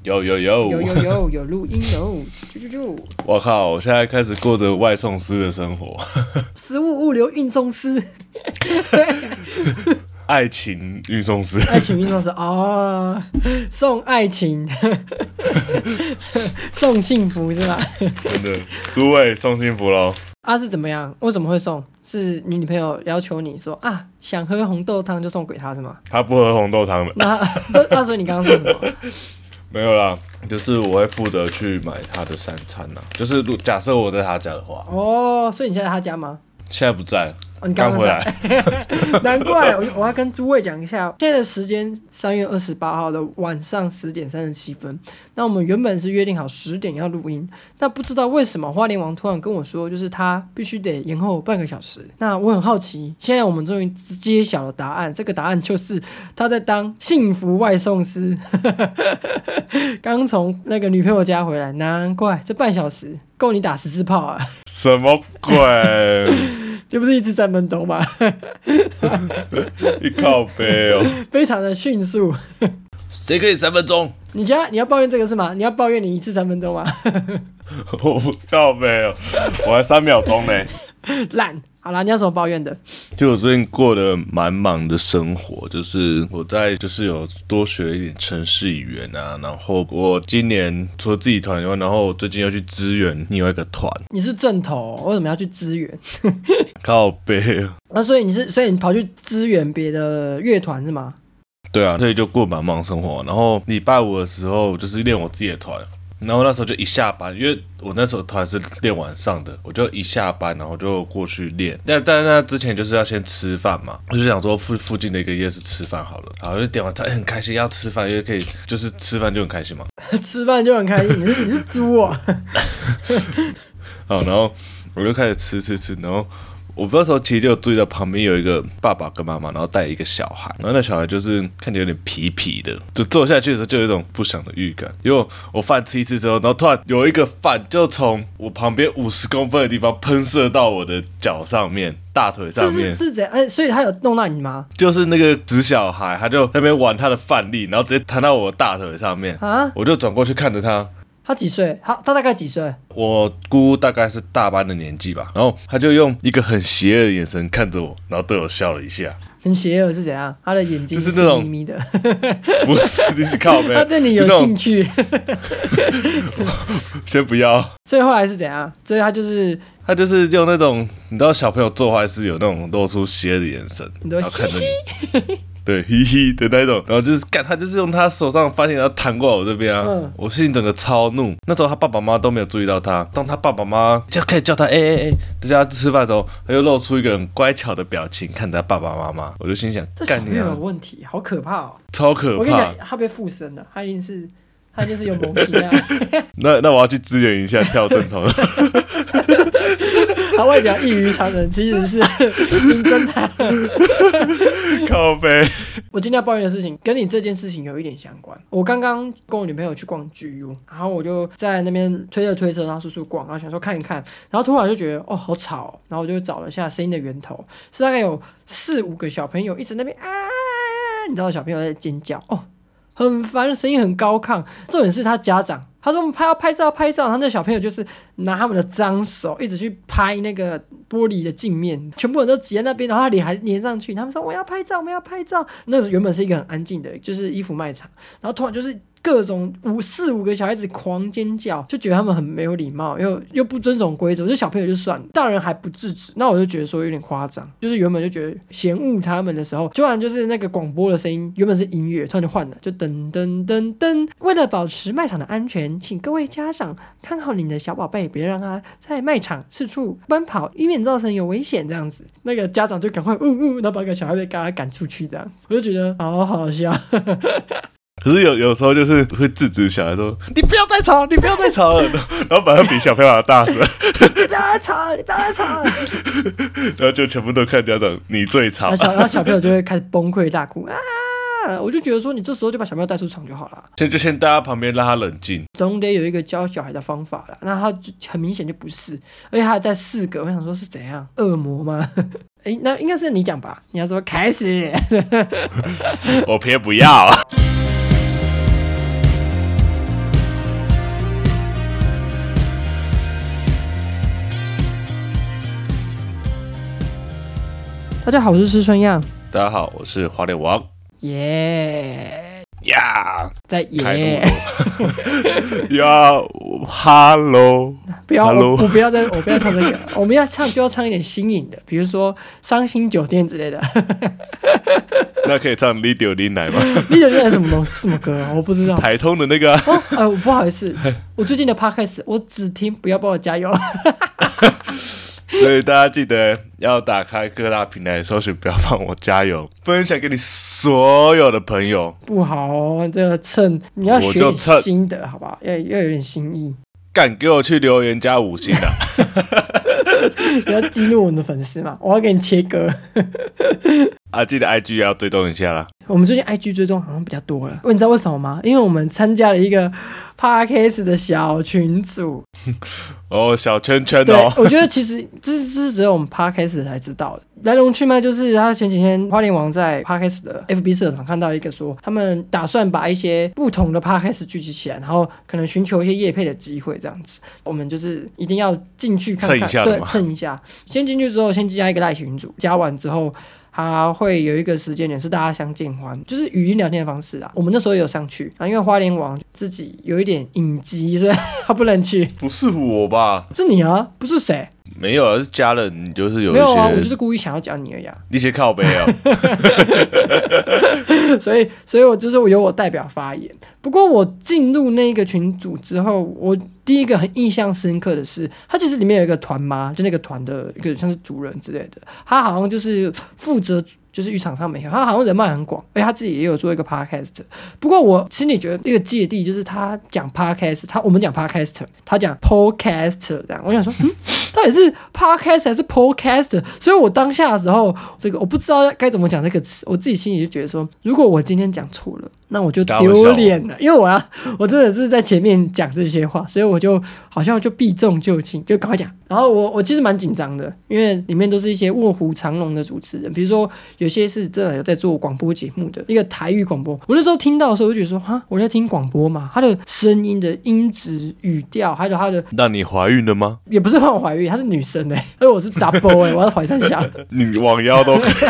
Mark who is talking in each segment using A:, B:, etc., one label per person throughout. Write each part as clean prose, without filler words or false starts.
A: 有录音哦，啾。
B: 我靠！我现在开始过着外送师的生活，
A: 食物物流运送师，
B: 爱情运送师，
A: 爱情运送师哦，送爱情，送幸福是吧？
B: 真的，诸位送幸福喽！
A: 是怎么样？为什么会送？是你女朋友要求你说想喝红豆汤就送给她是吗？
B: 他不喝红豆汤的。
A: 那所以你刚刚说什么？
B: 没有啦，就是我会负责去买他的三餐啦。就是假设我在他家的话，
A: 所以你现在在他家吗？
B: 现在不在，
A: 你刚
B: 回来。
A: 难怪我要跟诸位讲一下，现在的时间3月28号的晚上10点37分。那我们原本是约定好10点要录音，那不知道为什么花莲王突然跟我说，就是他必须得延后半个小时。那我很好奇，现在我们终于揭晓了答案，这个答案就是他在当幸福外送师，刚从那个女朋友家回来，难怪这半小时够你打10次炮啊！
B: 什么鬼？
A: 这不是1次3分钟吗？
B: 一靠背哦，
A: 非常的迅速。
B: 谁可以3分钟？
A: 你要抱怨这个是吗？你要抱怨你1次3分钟吗？
B: 我不靠背哦，我还3秒钟呢。
A: 烂。好啦，你有什么抱怨的？
B: 就我最近过得蛮忙的生活，就是我就是有多学了一点程式语言啊，然后我今年除了自己团以外，然后我最近要去支援另外一个团。
A: 你是正头，为什么要去支援？
B: 靠背啊！
A: 所以你跑去支援别的乐团是吗？
B: 对啊，所以就过蛮忙的生活。然后礼拜五的时候就是练我自己的团。然后那时候就一下班，因为我那时候团是练晚上的，我就一下班然后就过去练。但那之前就是要先吃饭嘛，我就想说附近的一个夜市吃饭好了，然后就点完餐很开心，要吃饭因为可以就是吃饭就很开心嘛，
A: 吃饭就很开心，你是猪哦。
B: 好，然后我就开始吃，然后我不知道时候其实就有注意到旁边有一个爸爸跟妈妈，然后带一个小孩，然后那小孩就是看起来有点皮皮的，就坐下去的时候就有一种不祥的预感。因为我饭吃一次之后，然后突然有一个饭就从我旁边50公分的地方喷射到我的脚上面、大腿上面。
A: 是怎样？所以他有弄到你吗？
B: 就是那个死小孩，他就在那边玩他的饭粒，然后直接弹到我的大腿上面啊！我就转过去看着他。
A: 他几岁？他大概几岁？
B: 我估大概是大班的年纪吧。然后他就用一个很邪恶的眼神看着我，然后对我笑了一下。
A: 很邪恶是怎样？他的眼睛
B: 就是那种
A: 眯眯的，
B: 不是你是靠背。
A: 他对你有兴趣。
B: 先不要。
A: 所以后来是怎样？所以他就是
B: 用那种你知道小朋友做坏事有那种露出邪恶的眼神，然后看着你。对，嘿嘿的那种，然后就是他就是用他手上的饭粒，然后弹过来我这边啊，我心里整个超怒。那时候他爸爸妈妈都没有注意到他，当他爸爸妈妈就开始叫他大家吃饭的时候，他又露出一个很乖巧的表情看着他爸爸妈妈，我就心想，
A: 这小朋友有问题，好可怕哦，
B: 超可怕。
A: 我跟你讲，他被附身了，他一定是有蒙奇啊。
B: 那我要去支援一下跳正头。
A: 他外表异于常人，其实是名侦探。
B: 靠背。
A: 我今天要抱怨的事情跟你这件事情有一点相关。我刚刚跟我女朋友去逛 GU， 然后我就在那边推车，然后速速逛，然后想说看一看，然后突然就觉得好吵哦，然后我就找了一下声音的源头，是大概有4-5个小朋友一直在那边你知道小朋友在尖叫很烦，声音很高亢。重点是他家长，他说我们要拍照，然后那小朋友就是拿他们的脏手一直去拍那个玻璃的镜面，全部人都挤在那边，然后他脸还粘上去。他们说我要拍照。那原本是一个很安静的，就是衣服卖场，然后突然就是各种4-5个小孩子狂尖叫，就觉得他们很没有礼貌，又不遵守规则。这小朋友就算了，大人还不制止，那我就觉得说有点夸张。就是原本就觉得嫌恶他们的时候，突然就是那个广播的声音原本是音乐，突然就换了，就噔噔噔噔。为了保持卖场的安全，请各位家长看好你的小宝贝，别让他在卖场四处奔跑，以免造成有危险。这样子，那个家长就赶快然后把个小孩被赶出去，这样我就觉得好好笑。
B: 可是有时候就是会制止小孩说：“你不要再吵了。”然后反而比小朋友还大声。
A: 你不要再吵了。
B: 然后就全部都看家长，你最吵。
A: 然后小朋友就会开始崩溃大哭啊！我就觉得说，你这时候就把小朋友带出场就好了。
B: 就先待在旁边让他冷静。
A: 总得有一个教小孩的方法啦。那他就很明显就不是，而且他还带4个，我想说是怎样，恶魔吗？那应该是你讲吧？你要说开始。
B: 我偏不要。
A: 大家好，我是施春样。
B: 大家好，我是花莲王。
A: 耶
B: 呀，
A: 在耶！
B: 呀，Hello，
A: 不要
B: Hello
A: 我不要唱这个，我们要唱就要唱一点新颖的，比如说伤心酒店之类的。
B: 那可以唱《你丢你奶》吗？
A: 你有认什么东西？什么歌啊？我不知道。
B: 台通的那个、啊。
A: 我不好意思，我最近的 podcast 我只听，不要帮我加油。
B: 所以大家记得要打开各大平台搜寻，不要帮我加油，分享给你所有的朋友。
A: 不好哦，这个蹭你要学点新的，好不好？要有点新意。
B: 干，给我去留言加5星啊！
A: 你要激怒我们的粉丝嘛？我要给你切割。
B: 啊，记得 IG 也要追踪一下啦。
A: 我们最近 IG 追踪好像比较多了，你知道为什么吗？因为我们参加了一个 Podcast 的小群组。
B: 哦，小圈圈哦。
A: 对，我觉得其实这是只有我们 Podcast 才知道的。来龙去脉就是他前几天花莲王在 Podcast 的 FB 社团看到一个说，他们打算把一些不同的 Podcast 聚集起来，然后可能寻求一些业配的机会这样子。我们就是一定要进去看看，对，蹭一下。先进去之后，先加一个赖群组，加完之后。它会有一个时间点是大家相见欢，就是语音聊天的方式啊。我们那时候也有上去啊，因为花莲王自己有一点隐疾，所以他不能去。
B: 不是我吧？
A: 是你啊，不是谁？
B: 没有啊，是家人，你就是有一些。
A: 没有啊，我就是故意想要讲你而已啊。
B: 一些靠背啊。
A: 所以我就是由我代表发言。不过我进入那个群组之后，我第一个很印象深刻的是，他其实里面有一个团妈，就那个团的一个像是主人之类的，他好像就是负责就是渔场上媒合，他好像人脉很广，而且他自己也有做一个 podcast。不过我心里觉得一个芥蒂就是他讲 podcast， 我们讲 podcast， 他讲 podcast 这样，我想说，到底是 podcast 还是 podcast？ 所以我当下的时候，这个我不知道该怎么讲这个词，我自己心里就觉得说，如果我今天讲错了，那我就丢脸了，因为我真的是在前面讲这些话，所以我就好像就避重就轻，就赶快讲。然后我其实蛮紧张的，因为里面都是一些卧虎藏龙的主持人，比如说有些是真的有在做广播节目的，一个台语广播。我那时候听到的时候，我就觉得说，哈，我在听广播嘛，他的声音的音质、语调，还有他的……
B: 那你怀孕了吗？
A: 也不是让我怀孕，她是女生而我是杂波我要怀3下。
B: 你网腰都可以。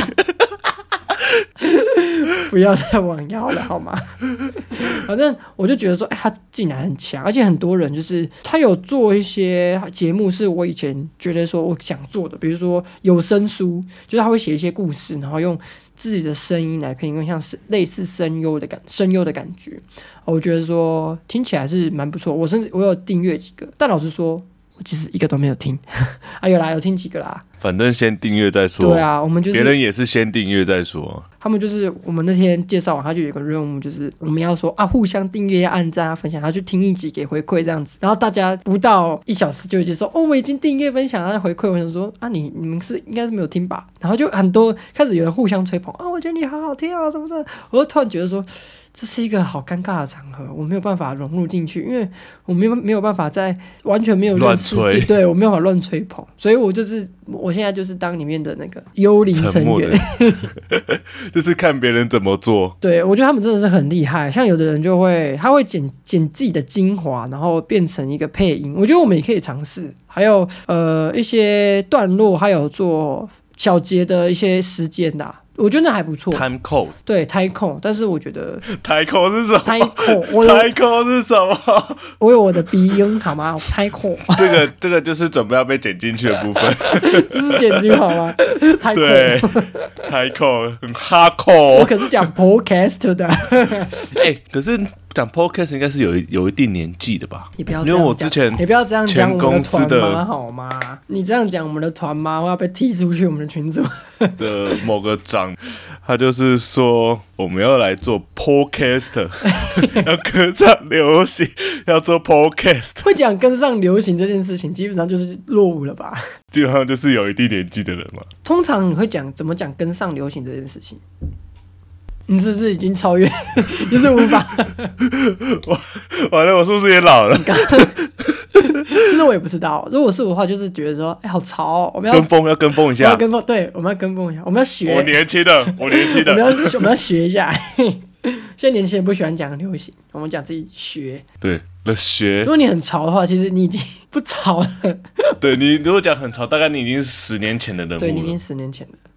A: 不要再网腰了好吗？反正我就觉得说，他竟然很强，而且很多人就是他有做一些节目，是我以前觉得说我想做的，比如说有声书，就是他会写一些故事，然后用自己的声音来配音，像是类似声优的感觉。我觉得说听起来是蛮不错，我甚至我有订阅几个，但老实说。其实一个都没有听有听几个啦。
B: 反正先订阅再说。
A: 对啊，我们就是
B: 别人也是先订阅再说。
A: 他们就是我们那天介绍完，他就有一个任务，就是我们要说互相订阅、要按赞、要分享，他去听一集给回馈这样子。然后大家不到1小时就已经说我已经订阅分享了回馈。我想说你们应该是没有听吧？然后就很多开始有人互相吹捧我觉得你好好听啊什么的。我就突然觉得说。这是一个好尴尬的场合，我没有办法融入进去，因为我没有办法在完全没有认识，对我没有办法乱吹捧，所以我现在就是当里面的那个幽灵成员，
B: 就是看别人怎么做。
A: 对，我觉得他们真的是很厉害，像有的人他会剪自己的精华，然后变成一个配音，我觉得我们也可以尝试。还有一些段落，还有做小节的一些时间我觉得那还不错。
B: Time code
A: 对 time code， 但是我觉得
B: time code 是什么
A: ？time
B: code 是什么？
A: 我有我的鼻音好吗 ？time code
B: 这个就是准备要被剪进去的部分。
A: 这是剪进好吗？
B: 对 time code 很 hardcore。
A: 我可是讲 podcast 的。
B: 可是讲 podcast 应该是有一定年纪的吧？
A: 你不要
B: 因为我之前
A: 你不要这样讲我们的团妈好吗？你这样讲我们的团妈，我要被踢出去我们的群组
B: 的某个长，他就是说我们要来做 podcast， 要跟上流行，要做 podcast。
A: 会讲跟上流行这件事情，基本上就是落伍了吧？
B: 基本上就是有一定年纪的人嘛。
A: 通常你会怎么讲跟上流行这件事情？你是不是已经超越？你是无法。完了，我是不是也老了？
B: 其
A: 实我也不知道。如果是我的话，就是觉得说，好潮我们
B: 要跟风一下。
A: 对，我们要跟风一下，我们要学。
B: 我年轻的。我
A: 们要学一下。现在年轻人不喜欢讲流行，我们讲自己学。
B: 对，学。
A: 如果你很潮的话，其实你已经不潮了。
B: 对，你如果讲很潮，大概你已经是10年前的人物了。
A: 对，你已经10年前了。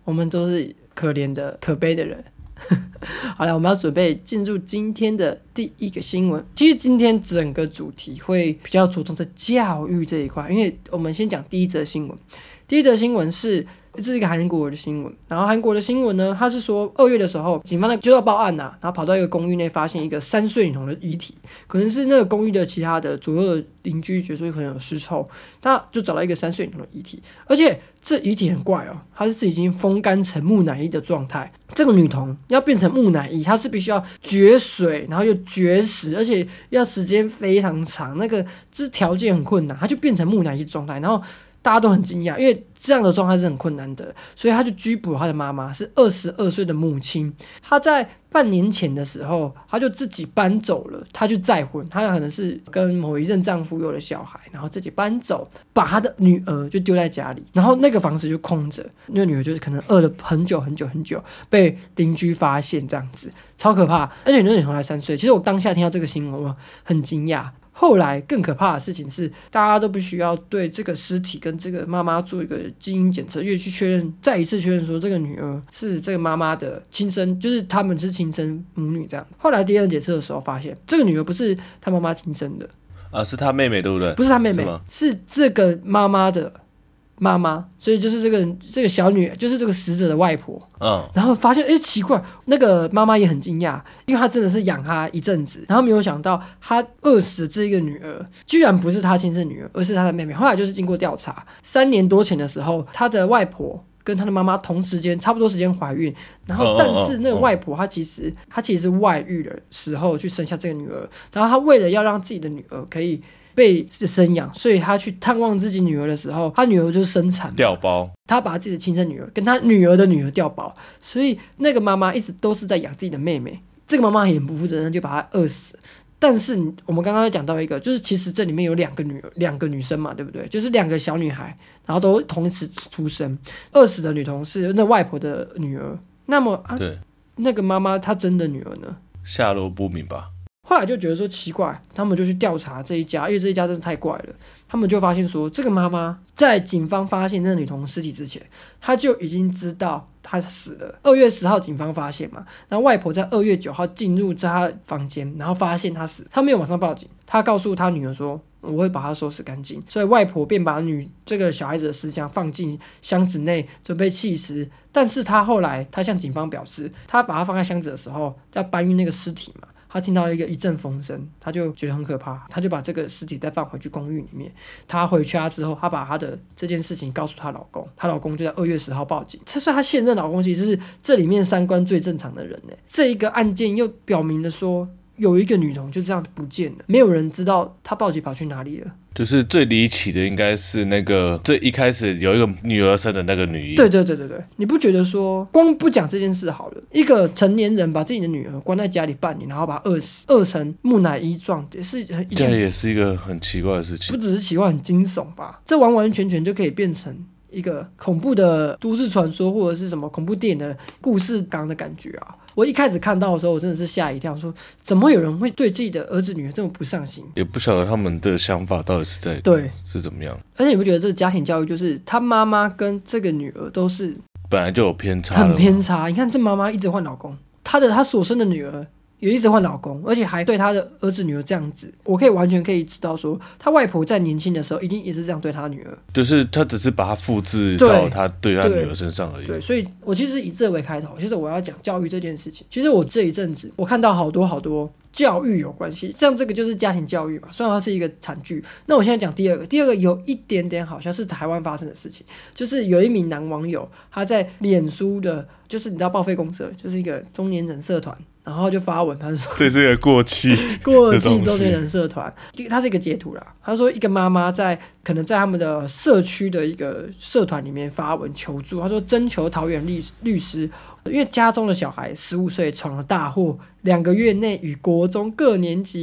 A: 我们都是可怜的可悲的人。好了，我们要准备进入今天的第一个新闻。其实今天整个主题会比较着重在教育这一块，因为我们先讲第一则新闻。第一则新闻是这是一个韩国的新闻，然后韩国的新闻呢，他是说2月的时候，警方就要报案然后跑到一个公寓内发现一个3岁女童的遗体，可能是那个公寓的其他的左右的邻居觉得说可能有尸臭，他就找到一个3岁女童的遗体，而且这遗体很怪它是已经风干成木乃伊的状态。这个女童要变成木乃伊，她是必须要绝水，然后又绝食，而且要时间非常长，那个就是条件很困难，她就变成木乃伊状态，然后大家都很惊讶，因为这样的状态是很困难的，所以他就拘捕了他的妈妈，是22岁的母亲。他在半年前的时候，他就自己搬走了，他去再婚，他可能是跟某一任丈夫有了小孩，然后自己搬走，把他的女儿就丢在家里，然后那个房子就空着，那个女儿就是可能饿了很久很久很久，被邻居发现，这样子超可怕。而且那女童才3岁，其实我当下听到这个新闻，我很惊讶。后来更可怕的事情是，大家都必须要对这个尸体跟这个妈妈做一个基因检测，因为去确认，再一次确认说这个女儿是这个妈妈的亲生，就是他们是亲生母女这样。后来第二检测的时候发现，这个女儿不是她妈妈亲生的
B: 是她妹妹对不对？
A: 不是她妹妹，是这个妈妈的妈妈，所以就是这个小女，就是这个死者的外婆。然后发现奇怪，那个妈妈也很惊讶，因为她真的是养她一阵子，然后没有想到她饿死的这一个女儿居然不是她亲生女儿，而是她的妹妹。后来就是经过调查，3年多前的时候，她的外婆跟她的妈妈同时间差不多时间怀孕，然后但是那个外婆她其实是外遇的时候去生下这个女儿，然后她为了要让自己的女儿可以被生养，所以他去探望自己女儿的时候，他女儿就是生产
B: 调包，
A: 他把自己的亲生女儿跟他女儿的女儿调包，所以那个妈妈一直都是在养自己的妹妹。这个妈妈也很不负责任，就把她饿死。但是我们刚刚讲到一个，就是其实这里面有2个女生嘛，对不对？就是2个小女孩，然后都同时出生。饿死的女童是那外婆的女儿，那么对那个妈妈她真的女儿呢？
B: 下落不明吧。
A: 后来就觉得说奇怪，他们就去调查这一家，因为这一家真的太怪了。他们就发现说，这个妈妈在警方发现那个女童尸体之前，她就已经知道她死了。2月10号警方发现嘛，然后外婆在2月9号进入她房间，然后发现她死，她没有马上报警，她告诉她女儿说，我会把她收拾干净。所以外婆便把这个小孩子的尸箱放进箱子内，准备弃尸。但是她后来，她向警方表示，她把它放在箱子的时候，要搬运那个尸体嘛。他听到一阵风声，他就觉得很可怕，他就把这个尸体再放回去公寓里面。他回家之后，他把他的这件事情告诉她老公，她老公就在2月10号报警。所以她现任老公其实是这里面3观最正常的人呢。这一个案件又表明了说，有一个女童就这样不见了，没有人知道她到底跑去哪里了。
B: 就是最离奇的应该是那个最一开始有一个女儿生的那个女婴。
A: 对，你不觉得说光不讲这件事好了，一个成年人把自己的女儿关在家里半年，然后把她饿成木乃伊状，这
B: 也是一个很奇怪的事情。
A: 不只是奇怪，很惊悚吧？这完完全全就可以变成一个恐怖的都市传说，或者是什么恐怖电影的故事纲的感觉啊！我一开始看到的时候，我真的是吓一跳，说怎么会有人会对自己的儿子女儿这么不上心？
B: 也不晓得他们的想法到底是怎么样。
A: 而且你不觉得这个家庭教育，就是他妈妈跟这个女儿都是
B: 本来就有偏差，
A: 很偏差。你看这妈妈一直换老公，她所生的女儿也一直换老公，而且还对他的儿子女儿这样子，我完全可以知道说，他外婆在年轻的时候一定也是这样对他女儿，
B: 就是他只是把他复制到他对他女儿身上而已。
A: 对，所以我其实以这为开头，其实我要讲教育这件事情。其实我这一阵子我看到好多教育有关系，像这个就是家庭教育嘛，虽然它是一个惨剧。那我现在讲第二个有一点点好像是台湾发生的事情，就是有一名男网友他在脸书的，就是你知道报废公社，就是一个中年人社团。然后就发文，他说：“
B: 这是一个过气
A: 中年人社团，他是一个截图啦。他说一个妈妈可能在他们的社区的一个社团里面发文求助，他说征求桃园律师，因为家中的小孩15岁闯了大祸，2个月内与国中各年级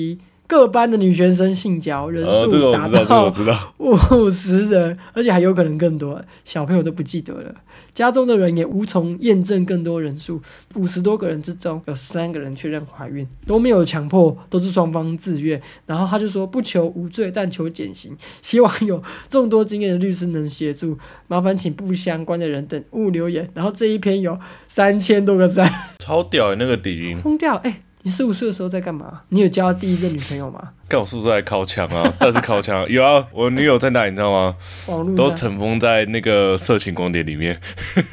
A: 各班的女学生性交人数达到50人，而且还有可能更多，小朋友都不记得了。家中的人也无从验证更多人数，50多个人之中有3个人确认怀孕，都没有强迫，都是双方自愿。然后他就说不求无罪，但求减刑，希望有众多经验的律师能协助，麻烦请不相关的人等勿留言。然后这一篇有3000多个赞，
B: 超屌那个底
A: 疯掉你15岁的时候在干嘛？你有交第一任女朋友吗？
B: 干我是不是在靠枪啊？但是靠枪有啊，我女友在哪里你知道吗？都尘封在那个色情光碟里面。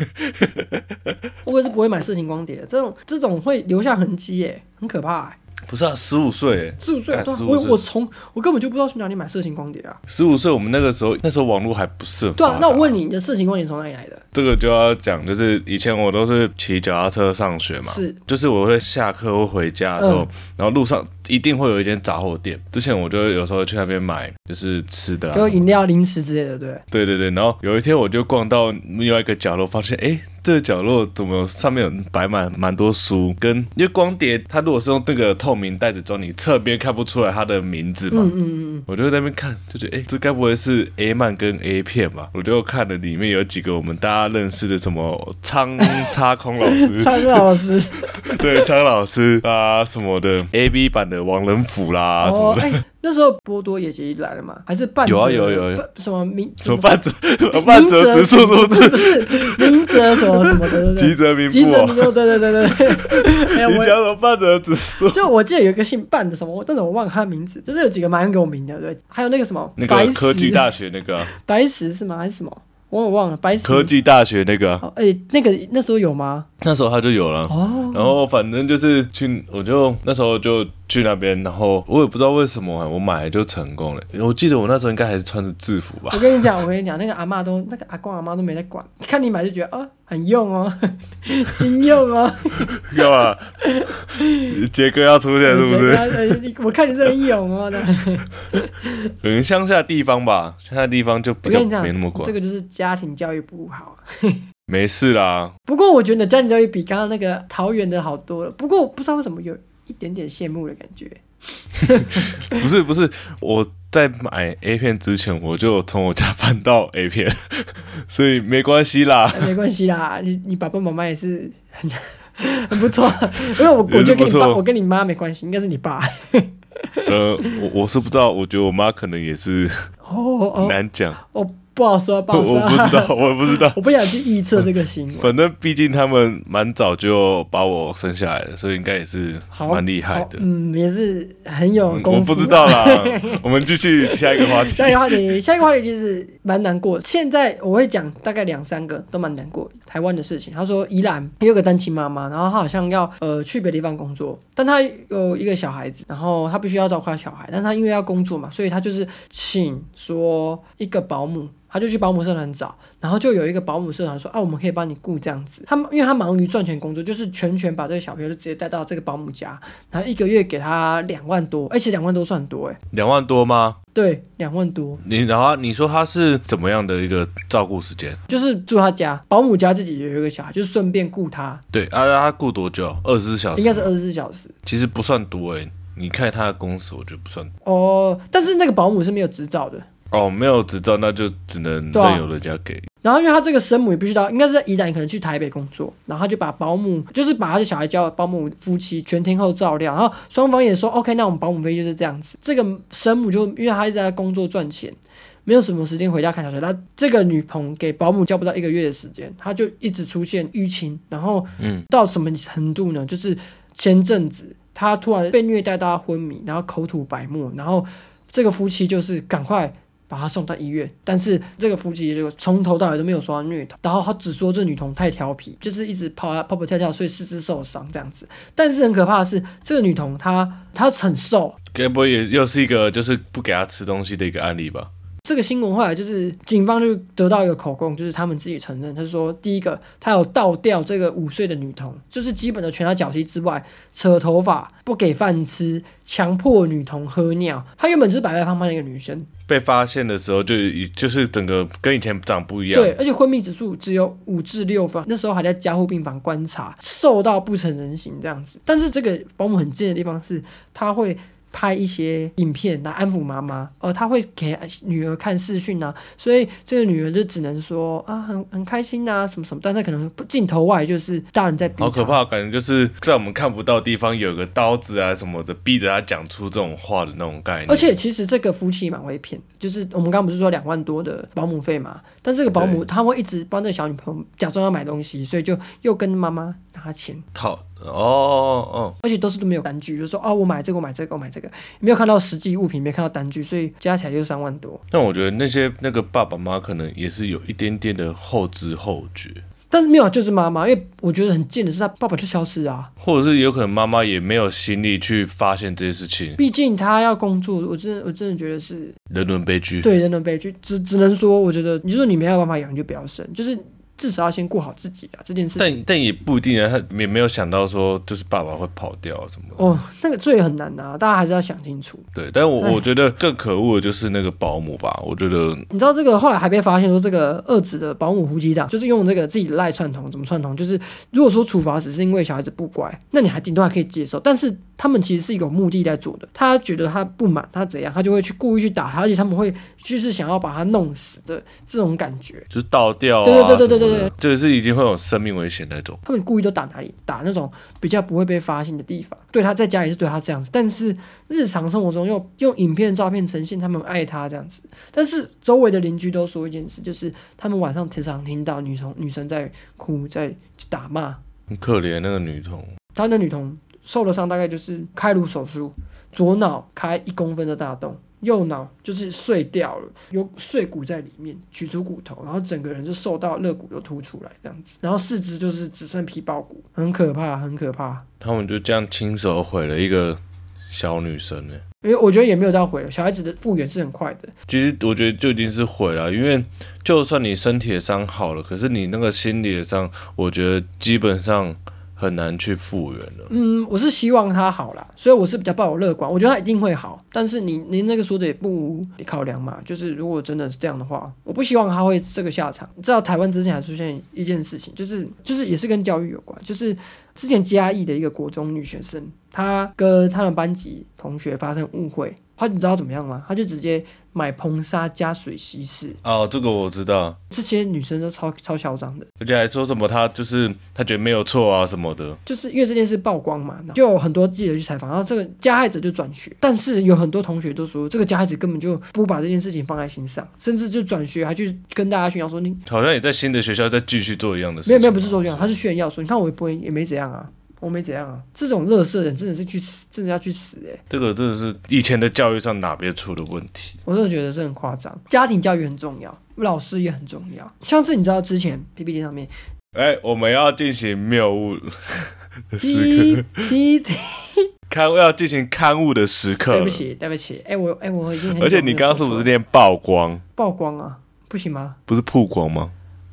A: 我也是不会买色情光碟的，这种会留下痕迹耶，很可怕耶。
B: 不是啊，15岁
A: ，15岁，对啊，我根本就不知道去哪里买色情光碟啊。
B: 15岁，我们那时候网络还不是很发达。
A: 对啊，那我问你的色情光碟从哪里来的？
B: 这个就要讲，就是以前我都是骑脚踏车上学嘛，就是我会下课或回家的时候，然后路上一定会有一间杂货店。之前我就有时候去那边买，就是吃的，
A: 就饮料、零食之类的，对。
B: 对。然后有一天我就逛到另外一个角落，发现这个角落怎么上面有摆满蛮多书，因为光碟它如果是用那个透明袋子装，你侧边看不出来它的名字嘛。我就在那边看，就觉得这该不会是 A 漫跟 A 片吧？我就看了里面有几个我们大家认识的，什么苍空老师、
A: 苍老师，
B: 对，苍老师啊什么的 ，AB 版的王仁甫啦什么的。
A: 那时候波多野结衣来了吗？还是半泽？
B: 有
A: 什么
B: 半泽直树是不是？
A: 明泽什么的，
B: 吉泽明步，
A: 对。
B: 你讲什么半泽直树？
A: 就我记得有一个姓半的什么，但是我忘了他的名字。就是有几个蛮有名的，对。还有那个什么，
B: 那个科技大学那个
A: 白石是吗？还是什么？我也忘了，白石
B: 科技大学那个，
A: 那时候有吗？
B: 那时候他就有了，然后反正就是我就那时候就去那边，然后我也不知道为什么我买了就成功了。我记得我那时候应该还是穿着制服吧。
A: 我跟你讲，那个阿公阿妈都没在管，看你买就觉得很用哦，经用哦。
B: 干嘛？杰哥要出现是不是？
A: 我看你这很勇哦。
B: 可能乡下地方吧，乡下地方就比较没那么管。
A: 这个就是家庭教育不好。
B: 没事啦。
A: 不过我觉得你的家庭教育比刚刚那个桃园的好多了。不过我不知道为什么有一点点羡慕的感觉。
B: 不是，我在买 A 片之前，我就从我家搬到 A 片，所以没关系啦。
A: 没关系啦，你爸爸妈妈也是很不错。因为我觉得我跟你妈没关系，应该是你爸。
B: 我是不知道，我觉得我妈可能也是难讲。
A: 不好说，我
B: 不知道，
A: 我不想去预测这个行为。
B: 反正毕竟他们蛮早就把我生下来了，所以应该也是蛮厉害的。
A: 也是很有功夫。
B: 我不知道啦。我们继续下一个话题。
A: 下一个话题其实蛮难过的。现在我会讲大概2-3个都蛮难过。台湾的事情，他说宜兰有个单亲妈妈，然后她好像要去别的地方工作，但她有一个小孩子，然后她必须要照顾小孩，但她因为要工作嘛，所以她就是请说一个保姆。他就去保姆社团找，然后就有一个保姆社团说我们可以帮你顾这样子。因为他忙于赚钱工作，就是全把这个小朋友就直接带到这个保姆家，然后1个月给他2万多，其实2万多算很多
B: 2万多吗？对
A: ，2万多。
B: 然后你说他是怎么样的一个照顾时间？
A: 就是住他家，保姆家自己有一个小孩，就是顺便顾他。
B: 对他顾多久？24小时？
A: 应该是24小时。
B: 其实不算多你看他的工时，我觉得不算多。
A: 但是那个保姆是没有执照的。
B: 没有执照，那就只能任由人家给。
A: 然后因为他这个生母也必须应该是在宜兰，可能去台北工作，然后他就把保姆，就是把他的小孩交给保姆夫妻全天候照料，然后双方也说 OK， 那我们保姆费就是这样子。这个生母就因为他一直在工作赚钱，没有什么时间回家看小孩，他这个女朋给保姆交不到1个月的时间，他就一直出现淤青，然后到什么程度呢？就是前阵子他突然被虐待到昏迷，然后口吐白沫，然后这个夫妻就是赶快把他送到医院，但是这个夫妻就从头到尾都没有说到虐童，然后他只说这女童太调皮，就是一直跑跳跳，所以四肢受伤这样子。但是很可怕的是，这个女童她很瘦，
B: 该不会也又是一个就是不给她吃东西的一个案例吧？
A: 这个新闻后来就是警方就得到一个口供，就是他们自己承认，他说第一个他有倒吊这个5岁的女童，就是基本的拳打脚踢之外，扯头发、不给饭吃、强迫女童喝尿。她原本就是白白胖胖的一个女生，
B: 被发现的时候就是整个跟以前长不一样，
A: 对，而且昏迷指数只有5至6分，那时候还在加护病房观察，瘦到不成人形这样子。但是这个保姆很贱的地方是，她会拍一些影片来安抚妈妈，他会给女儿看视讯啊，所以这个女儿就只能说啊很开心啊什么什么，但是可能镜头外就是大人在逼她。
B: 好可怕，感觉就是在我们看不到的地方有个刀子啊什么的，逼着他讲出这种话的那种概念。
A: 而且其实这个夫妻蛮会骗，就是我们刚刚不是说2万多的保姆费嘛，但这个保姆他会一直帮这个小女朋友假装要买东西，所以就又跟妈妈拿钱
B: 套
A: 而且都没有单据，就说我买这个我买这个我买这个，没有看到实际物品，没有看到单据，所以加起来就3万多。
B: 但我觉得那个爸爸妈妈可能也是有一点点的后知后觉。
A: 但是没有，就是妈妈，因为我觉得很贱的是，他爸爸就消失啊，
B: 或者是有可能妈妈也没有心力去发现这些事情，
A: 毕竟他要工作，我真的觉得是
B: 人伦悲剧。
A: 对，人伦悲剧，只能说，我觉得你就说你没有办法养，就不要生，就是至少要先顾好自己啊，这件事情。
B: 但也不一定啊，他也没有想到说就是爸爸会跑掉什么的。
A: 那个罪很难啊，大家还是要想清楚。
B: 对，但我觉得更可恶的就是那个保姆吧，我觉得
A: 你知道这个后来还被发现说，这个二子的保姆夫妻档就是用这个自己的赖串通，怎么串通？就是如果说处罚只是因为小孩子不乖，那你顶多还可以接受，但是他们其实是有目的在做的。他觉得他不满，他怎样，他就会去故意去打他，而且他们会就是想要把他弄死的这种感觉，
B: 就是倒吊啊，
A: 对，
B: 就是已经会有生命危险那种。
A: 他们故意都打哪里？打那种比较不会被发现的地方。对，他在家也是对他这样子，但是日常生活中又用影片、照片呈现他们爱他这样子。但是周围的邻居都说一件事，就是他们晚上经常听到女生在哭，在打骂，
B: 很可怜那个女童。
A: 她的女童受了伤，大概就是开颅手术，左脑开1公分的大洞。右脑就是碎掉了，有碎骨在里面，取出骨头，然后整个人就受到肋骨都凸出来这样子，然后四肢就是只剩皮包骨，很可怕，很可怕。
B: 他们就这样亲手毁了一个小女生呢。
A: 因为我觉得也没有到毁了，小孩子的复原是很快的。
B: 其实我觉得就已经是毁了，因为就算你身体的伤好了，可是你那个心理的伤，我觉得基本上很难去复原了。
A: 我是希望他好啦，所以我是比较抱有乐观，我觉得他一定会好。但是你那个说的也不无考量嘛，就是如果真的是这样的话，我不希望他会这个下场。你知道台湾之前还出现一件事情，就是也是跟教育有关，就是之前嘉义的一个国中女学生，她跟她的班级同学发生误会，你知道怎么样吗？她就直接买硼砂加水稀释。
B: 这个我知道，
A: 这些女生都超嚣张的，
B: 而且还说什么她觉得没有错啊什么的，
A: 就是因为这件事曝光嘛，就有很多记者去采访，然后这个加害者就转学，但是有很多同学都说这个加害者根本就不把这件事情放在心上，甚至就转学还去跟大家炫耀说你
B: 好像也在新的学校再继续做一样的事情。
A: 没有不是做这样，他是炫耀说你看我也没怎样啊。我没怎样啊，这种垃圾人真的是真的要去死
B: 这个真的是以前的教育上哪边出的问题？
A: 我真的觉得这很夸张。家庭教育很重要，老师也很重要。像是你知道之前 PPT 上面，
B: 我们要进行谬误的时刻，要进行刊物的时刻。
A: 对不起，我已经很久。
B: 而且你刚刚是不是念曝光？
A: 曝光啊，不行吗？
B: 不是曝光吗？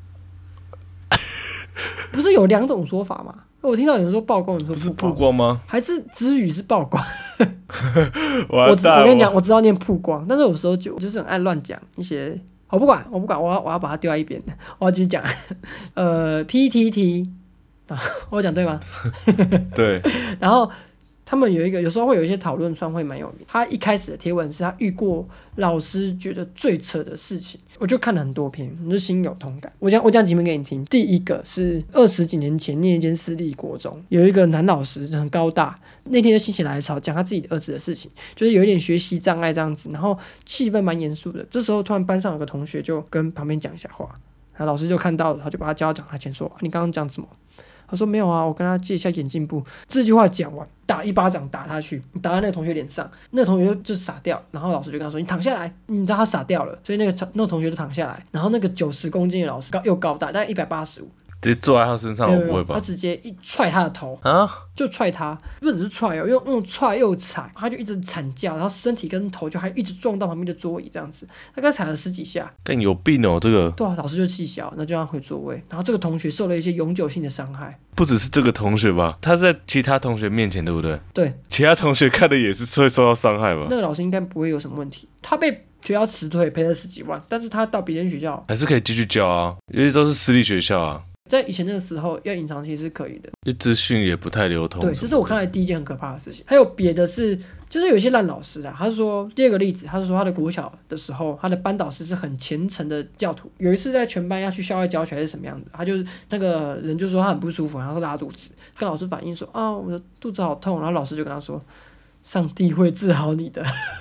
A: 不是有2种说法吗？我听到有人说曝光，有人说
B: 不是曝光吗？
A: 还是之语是曝光？
B: 我
A: 跟你讲，我知道念曝光，但是有时候我就是很爱乱讲一些。我不管，我要把它丢在一边，我要继续讲。PTT 我讲对吗？
B: 对。
A: 然后他们有时候会有一些讨论串会蛮有名。他一开始的贴文是他遇过老师觉得最扯的事情，我就看了很多篇，我就心有同感。我讲几篇给你听。第一个是20几年前念一间私立国中，有一个男老师很高大，那天就心血来潮讲他自己的儿子的事情，就是有一点学习障碍这样子，然后气氛蛮严肃的。这时候突然班上有个同学就跟旁边讲一下话，然后老师就看到了，他就把他叫到讲台前说：“你刚刚讲什么？”他说没有啊，我跟他借一下眼镜布。这句话讲完，打一巴掌打他去，打在那个同学脸上，那个同学就傻掉，然后老师就跟他说：“你躺下来。”你知道他傻掉了，所以那个同学就躺下来，然后那个90公斤的老师又高大，大概185，
B: 直接坐在他身上，我不会吧？
A: 他直接一踹他的头
B: 啊，
A: 就踹他，不只是踹哦，用踹又踩，他就一直惨叫，然后身体跟头就还一直撞到旁边的桌椅这样子，大概踩了10几下。
B: 更有病哦，这个。
A: 对啊，老师就气消，那就让他回座位。然后这个同学受了一些永久性的伤害。
B: 不只是这个同学吧，他在其他同学面前，对不对？
A: 对，
B: 其他同学看的也是会受到伤害吧？
A: 那个老师应该不会有什么问题，他被学校辞退，赔了10几万，但是他到别人学校
B: 还是可以继续教啊，因为都是私立学校啊。
A: 在以前那个时候要隐藏其实是可以的，
B: 因为资讯也不太流通。
A: 对，这是我看来第一件很可怕的事情。还有别的是，就是有些烂老师啊，他是说第二个例子，他是说他的国小的时候，他的班导师是很虔诚的教徒。有一次在全班要去校外教学还是什么样的，他就那个人就说他很不舒服，然后拉肚子，跟老师反映说啊我的肚子好痛，然后老师就跟他说。上帝会治好你的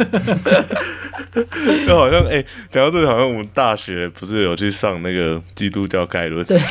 B: 就好像讲到这个，好像我们大学不是有去上那个基督教概论？
A: 对，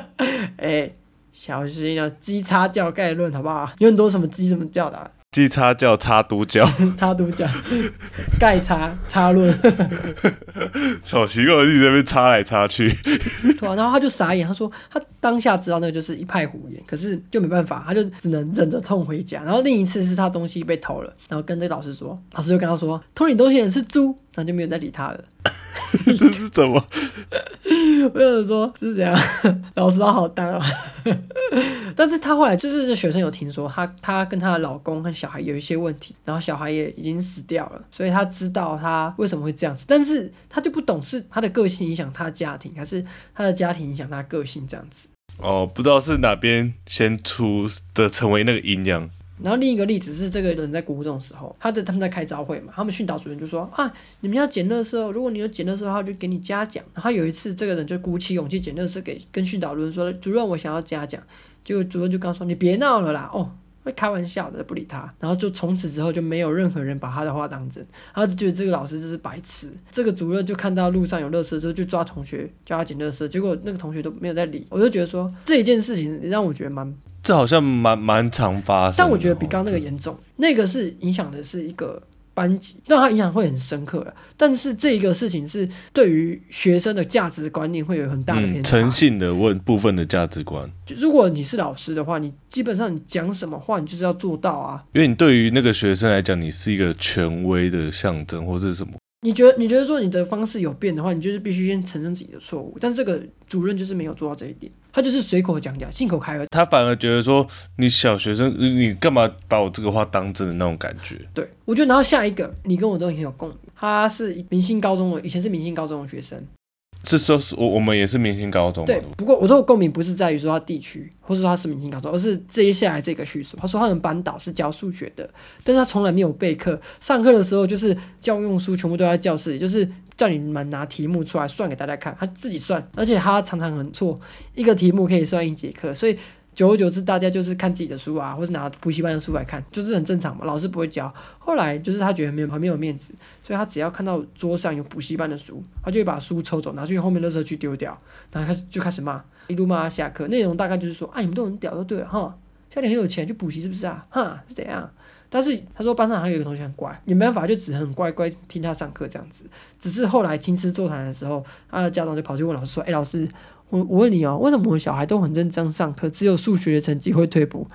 A: 小心啊，鸡叉教概论好不好？有很多什么鸡什么教的、啊。
B: 鸡叉教、插都教、
A: 插都教、盖插论，
B: 好奇怪，自己在那边插来插去。
A: 对啊，然后他就傻眼，他说他当下知道那个就是一派胡言，可是就没办法，他就只能忍着痛回家。然后另一次是他东西被偷了，然后跟这个老师说，老师就跟他说偷你东西的人是猪，然后就没有再理他了。
B: 这是什么？
A: 我有说是怎样，老师好当啊。但是他后来就是这学生有听说她跟她的老公和小孩有一些问题，然后小孩也已经死掉了，所以他知道他为什么会这样子，但是他就不懂是他的个性影响他的家庭，还是他的家庭影响他的个性这样子。
B: 不知道是哪边先出的成为那个阴阳。
A: 然后另一个例子是这个人在国中的时候，他们在开朝会嘛，他们训导主任就说啊，你们要捡垃圾，如果你有捡垃圾的话，就给你嘉奖。然后有一次这个人就鼓起勇气捡垃圾，跟训导主任说，主任我想要嘉奖，结果主任就刚说你别闹了啦，会开玩笑的，不理他。然后就从此之后就没有任何人把他的话当真，他就觉得这个老师就是白痴。这个主任就看到路上有垃圾之后就抓同学叫他捡垃圾，结果那个同学都没有在理。我就觉得说这一件事情让我觉得
B: 这好像蛮常发生的，
A: 但我觉得比刚刚那个严重。那个是影响的是一个班级，让他影响会很深刻了。但是这一个事情是对于学生的价值观念会有很大的偏差，
B: 诚信的部分的价值观。
A: 如果你是老师的话，你基本上你讲什么话，你就是要做到啊。
B: 因为你对于那个学生来讲，你是一个权威的象征，或是什么。
A: 你觉得说你的方式有变的话，你就是必须先承认自己的错误。但这个主任就是没有做到这一点，他就是随口讲，信口开河。他
B: 反而觉得说你小学生，你干嘛把我这个话当真的那种感觉。
A: 对，我觉得然后下一个你跟我都很有共鸣，他是明星高中的，以前是明星高中的学生。
B: 这时候我们也是明星高中嘛。
A: 对，不过我说的共鸣不是在于说他地区，或是说他是明星高中，而是接下来这个叙述。他说他们班导是教数学的，但是他从来没有备课，上课的时候就是教用书全部都在教室里，就是叫你们拿题目出来算给大家看，他自己算，而且他常常很错，一个题目可以算1节课，所以久而久之，大家就是看自己的书啊，或是拿补习班的书来看，就是很正常嘛。老师不会教，后来就是他觉得很没有面子，所以他只要看到桌上有补习班的书，他就会把书抽走，拿去后面垃圾区丢掉，然后就开始骂，一路骂他下课。内容大概就是说，你们都很屌就对了哈，家里很有钱就补习是不是啊？哈，是怎样？但是他说班上还有一个同学很乖，也没办法，就只很乖乖听他上课这样子。只是后来亲师座谈的时候，他的家长就跑去问老师说：“老师。”我问你为什么我的小孩都很认真上课，只有数学的成绩会退步？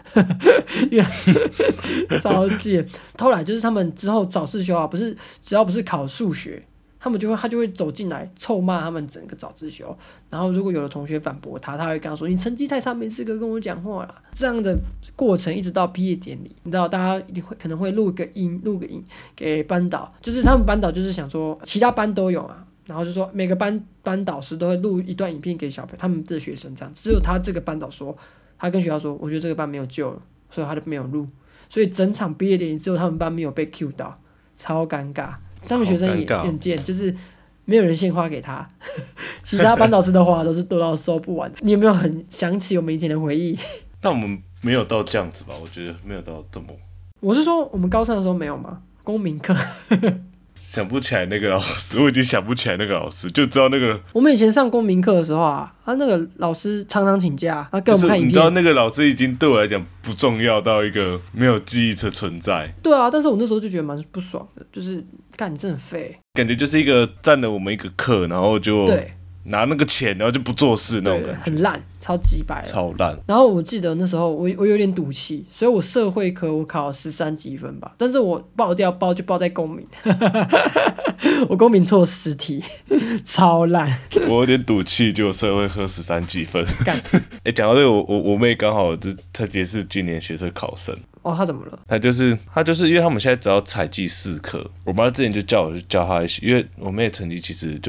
A: 超贱！后来就是他们之后早自修啊，只要不是考数学，他就会走进来臭骂他们整个早自修。然后如果有的同学反驳他会跟他说：“你成绩太差，没资格跟我讲话啦。”这样的过程一直到毕业典礼，你知道大家可能会录个音给班导，就是他们班导就是想说，其他班都有啊。然后就说每个班导师都会录一段影片给小朋友他们的学生这样，只有他这个班导说，他跟学校说，我觉得这个班没有救了，所以他就没有录，所以整场毕业典礼只有他们班没有被 cue 到，超尴尬。他们学生也很贱，就是没有人献花给他，其他班导师的花都是多到收不完。你有没有很想起我们以前的回忆？
B: 但我们没有到这样子吧？我觉得没有到这么。我
A: 是说我们高三的时候没有吗？公民课。
B: 想不起来那个老师，我已经想不起来那个老师，就知道那个。
A: 我们以前上公民课的时候那个老师常常请假，他跟我们看影片。
B: 你知道那个老师已经对我来讲不重要到一个没有记忆的存在。
A: 对啊，但是我那时候就觉得蛮不爽的，就是干你真的废，
B: 感觉就是一个占了我们一个课，然后就
A: 对。
B: 拿那个钱，然后就不做事那种感觉，
A: 很烂，超鸡掰，
B: 超烂。
A: 然后我记得那时候我有点赌气，所以我社会科我考了13几分吧，但是我爆就爆在公民，我公民错10题，超烂。
B: 我有点赌气，就社会科13几分。讲到这个，我妹刚好她也是今年学测考生。
A: 她怎么了？
B: 她就是因为他们现在只要采计4科，我妈之前就叫我去教她一些，因为我妹的成绩其实就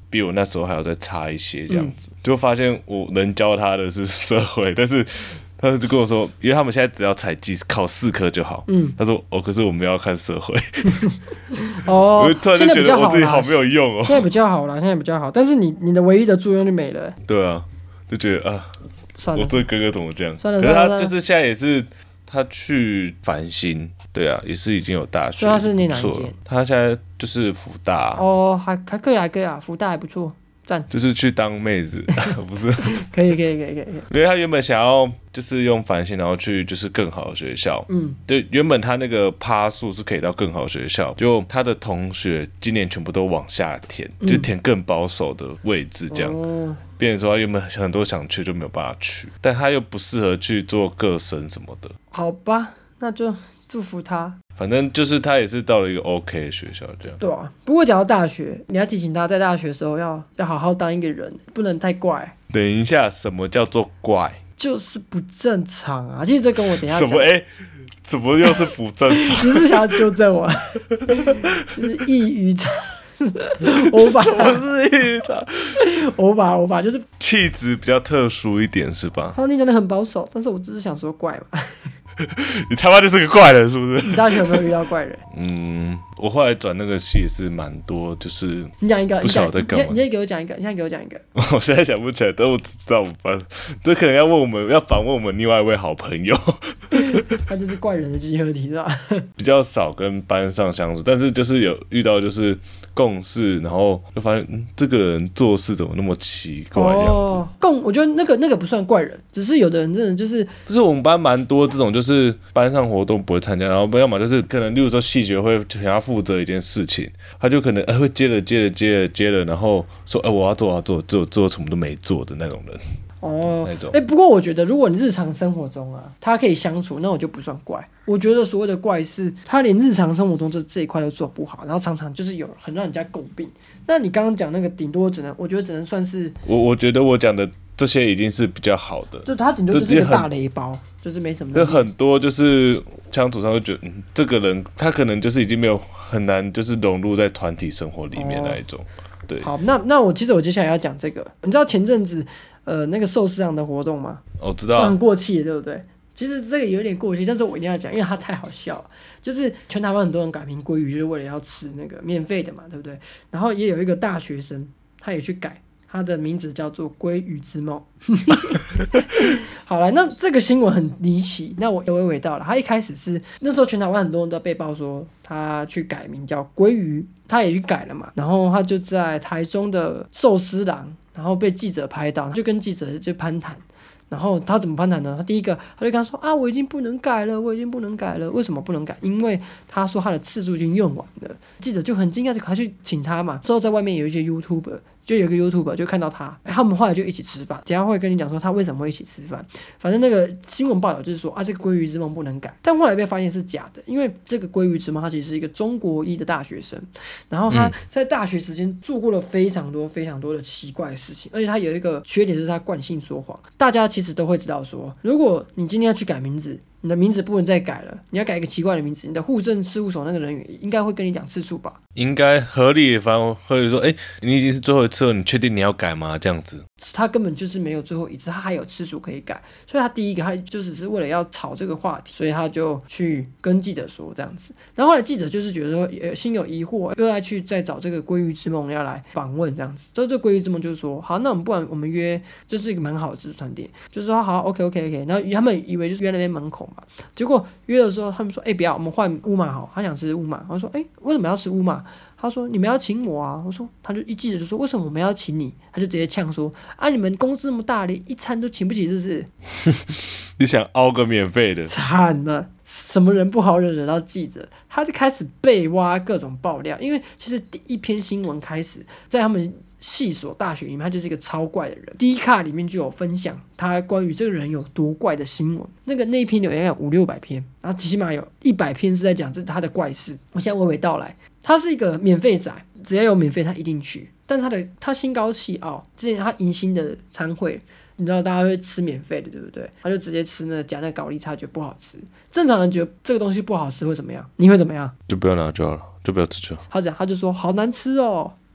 B: 比我那时候还要再差一些这样子，就发现我能教他的是社会，但是他就跟我说，因为他们现在只要采集考4科就好。他说可是我们要看社会。我突然就觉得我自己好没有用哦。
A: 现在比较好啦，现在比较好，但是你的唯一的作用就没了。
B: 对啊，就觉得
A: 算了，
B: 我这个哥哥怎么这样？
A: 算了，
B: 可是他就是现在也是他去繁星，对啊，也是已经有大学。
A: 所以他是念哪一间？
B: 他现在就是福大。
A: 还可以，还可以啊，福大还不错。
B: 就是去当妹子，不是？
A: 可以。
B: 因为他原本想要就是用繁星，然后去就是更好的学校。对，原本他那个趴数是可以到更好的学校，就他的同学今年全部都往下填，就填更保守的位置，这样。变成说他原本很多想去就没有办法去，但他又不适合去做个生什么的。
A: 好吧，那就祝福他。
B: 反正就是他也是到了一个 OK 的学校这样。
A: 对啊，不过讲到大学，你要提醒他在大学的时候要好好当一个人，不能太怪。
B: 等一下，什么叫做怪？
A: 就是不正常啊！其实这跟我等一下讲。
B: 怎么又是不正常？
A: 你是想要纠正我？就是异于常。欧巴，
B: 什么是异于常？
A: 欧巴就是
B: 气质比较特殊一点是吧？
A: 你讲的很保守，但是我只是想说怪嘛。
B: 你他妈就是个怪人，是不是？
A: 你大学有没有遇到怪人？
B: 我后来转那个系是蛮多，就是
A: 你讲一个，
B: 不晓得干嘛。
A: 你先给我讲一个，
B: 我现在想不起来，但我只知道我班，这可能要访问我们另外一位好朋友。
A: 他就是怪人的集合体，是吧？
B: 比较少跟班上相处，但是就是有遇到就是共事，然后就发现这个人做事怎么那么奇怪这样子。
A: 我觉得那个不算怪人，只是有的人真的就是，
B: 就是我们班蛮多这种，就是班上活动不会参加，然后要么就是可能例如说系学会想要负责一件事情，他就可能会接了，然后说我要做什么都没做的那种人。
A: 不过我觉得如果你日常生活中他可以相处，那我就不算怪。我觉得所谓的怪是他连日常生活中这一块都做不好，然后常常就是有很让人家诟病。那你刚刚讲那个顶多我觉得只能算是我
B: 觉得我讲的这些已经是比较好的，
A: 就他顶多就是一个大雷包，就是没什么。
B: 就很多就是相处上就觉得这个人他可能就是已经没有很难就是融入在团体生活里面那一种。对，
A: 好，那其实我接下来要讲这个，你知道前阵子那个寿司郎的活动吗？
B: 我知道，
A: 都很过气，对不对？其实这个有点过气，但是我一定要讲，因为它太好笑了。就是全台湾很多人改名鲑鱼，就是为了要吃那个免费的嘛，对不对？然后也有一个大学生，他也去改，他的名字叫做鲑鱼之梦。好了，那这个新闻很离奇，那我娓娓道了。他一开始是那时候全台湾很多人都被爆说他去改名叫鲑鱼，他也去改了嘛。然后他就在台中的寿司郎，然后被记者拍到，就跟记者就攀谈。然后他怎么攀谈呢？他第一个他就跟他说我已经不能改了，为什么不能改？因为他说他的次数已经用完了。记者就很惊讶，就还去请他嘛。之后在外面有一些 YouTuber， 就有一个 YouTuber 就看到他，他们后来就一起吃饭。等一下会跟你讲说他为什么会一起吃饭。反正那个新闻报道就是说这个鲑鱼之梦不能改，但后来被发现是假的，因为这个鲑鱼之梦他其实是一个中国一的大学生，然后他在大学时间做过了非常多的奇怪的事情，而且他有一个缺点就是他惯性说谎。大家其实都会知道说，如果你今天要去改名字，你的名字不能再改了，你要改一个奇怪的名字，你的户政事务所那个人员应该会跟你讲次数吧？应该合理，反正会说，你已经是最后一次了，你确定你要改吗？这样子，他根本就是没有最后一次，他还有次数可以改，所以他第一个他就只是为了要炒这个话题，所以他就去跟记者说这样子。然后后来记者就是觉得说心有疑惑，又要去再找这个鲑鱼之梦要来访问这样子。这鲑鱼之梦就是说，好，那不然我们约，就是一个蛮好的自助餐店，就是说好 OK， 然后他们以为就是约那边门口嘛，结果约的时候他们说不要，我们换乌马好，他想吃乌马，我说为什么要吃乌马？他说你们要请我啊，我说他就记者就说为什么我们要请你？他就直接呛说你们公司那么大，连一餐都请不起是不是？你想凹个免费的？惨了，什么人不好惹到记者？他就开始被挖各种爆料，因为其实第一篇新闻开始在他们系所大学里面，他就是一个超怪的人。第一卡里面就有分享他关于这个人有多怪的新闻，那一篇有500-600篇，然后起码有100篇是在讲这他的怪事。我现在娓娓道来，他是一个免费仔，只要有免费他一定去，但是他心高气傲，之前他迎新的餐会。你知道大家会吃免费的，对不对？他就直接吃加那高丽菜，觉得不好吃。正常人觉得这个东西不好吃会怎么样？你会怎么样？就不要拿就好了，就不要吃就好。他就说好难吃哦，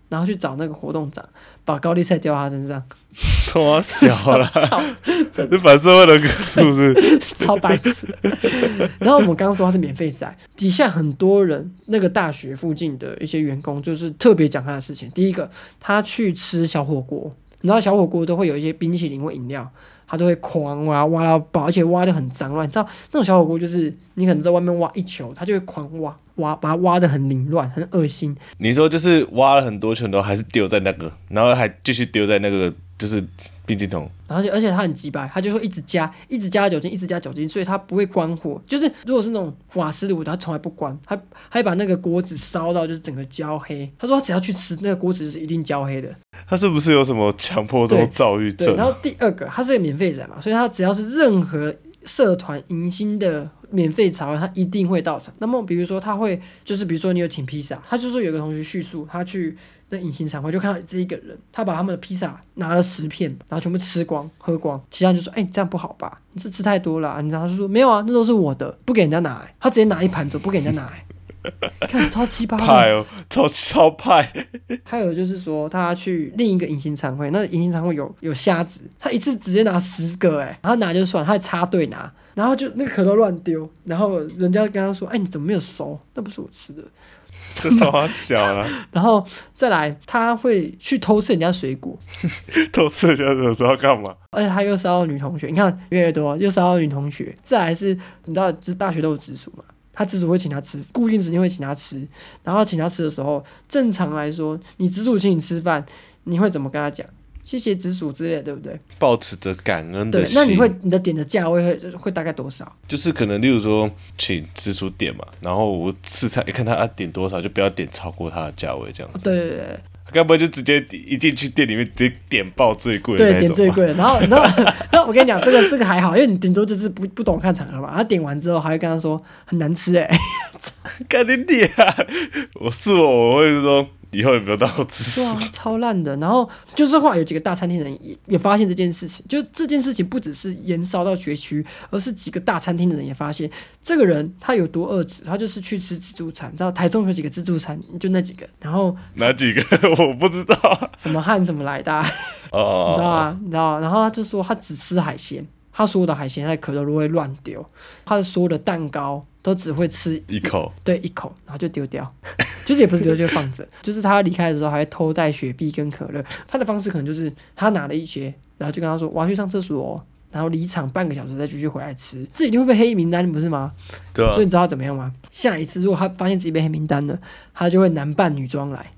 A: 然后去找那个活动长，把高丽菜丢到他身上。
B: 多小啦，
A: 操，
B: 这反社会人格是不是？
A: 超白痴。然后我们刚刚说他是免费仔，底下很多人，那个大学附近的一些员工就是特别讲他的事情。第一个，他去吃小火锅，你知道小火锅都会有一些冰淇淋或饮料，他都会狂挖到饱，而且挖得很脏乱。你知道那种小火锅就是你可能在外面挖一球，他就会狂挖，把它挖得很凌乱，很恶心。
B: 你说就是挖了很多球，然后还是丢在那个，然后还继续丢在那个就是冰淇淋桶。
A: 而且他很鸡掰，他就会一直加酒精，一直加酒精，所以他不会关火。就是如果是那种瓦斯炉，他从来不关，他还把那个锅子烧到就是整个焦黑。他说他只要去吃那个锅子就是一定焦黑的。
B: 他是不是有什么强迫症、躁郁症？
A: 对，然后第二个，他是个免费仔嘛，所以他只要是任何社团迎新的免费茶会，他一定会到场。那么比如说他会，就是比如说你有请披萨，他就说有个同学叙述，他去那迎新茶会就看到这一个人，他把他们的披萨拿了10片，然后全部吃光喝光，其他人就说：“这样不好吧？你这吃太多了。”然后他就说：“没有啊，那都是我的，不给人家拿。”他直接拿一盘走，不给人家拿。看超奇葩的，
B: 派哦，超派。
A: 还有就是说，他去另一个迎新餐会，那迎新餐会有虾子，他一次直接拿10个，然后拿就算，他还插队拿，然后就那个可乐乱丢，然后人家跟他说：“你怎么没有熟？那不是我吃的。”
B: 这超小了。
A: 然后再来，他会去偷吃人家水果，
B: 偷吃人家有时候要干嘛？
A: 而且他又骚扰女同学，你看越来越多，又骚扰女同学。再来是，你知道大学都有直属嘛？他直属会请他吃，固定时间会请他吃，然后请他吃的时候，正常来说，你直属请你吃饭，你会怎么跟他讲？谢谢直属之类的，对不对？
B: 抱持着感恩的心。
A: 对，那你的点的价位会大概多少？
B: 就是可能例如说请直属点嘛，然后我试探看他点多少，就不要点超过他的价位这样子。
A: 对。
B: 该不会就直接一进去店里面直接点爆最贵的那种？
A: 对，点最贵的。然后我跟你讲，这个还好，因为你顶多就是不懂看场合嘛。他点完之后还会跟他说很难吃
B: 赶紧点啊！我会说以后你不要当我直属。
A: 对啊，超烂的。然后就是后来有几个大餐厅的人也发现这件事情，就这件事情不只是延烧到学区，而是几个大餐厅的人也发现这个人他有多恶质，他就是去吃自助餐。你知道台中有几个自助餐，就那几个。然后
B: 哪几个我不知道，
A: 什么汉什么来的你知道吗？你知道吗？然后他就说他只吃海鲜，他所有的海鲜在可乐都会乱丢，他的所有的蛋糕都只会吃
B: 一口，
A: 对，一口，然后就丢掉，就是也不是丢，就放着。就是他离开的时候还会偷带雪碧跟可乐。他的方式可能就是他拿了一些，然后就跟他说我要去上厕所然后离场半个小时再继续回来吃，这一定会被黑名单，不是吗？
B: 对啊。
A: 所以你知道他怎么样吗？下一次如果他发现自己被黑名单了，他就会男扮女装来。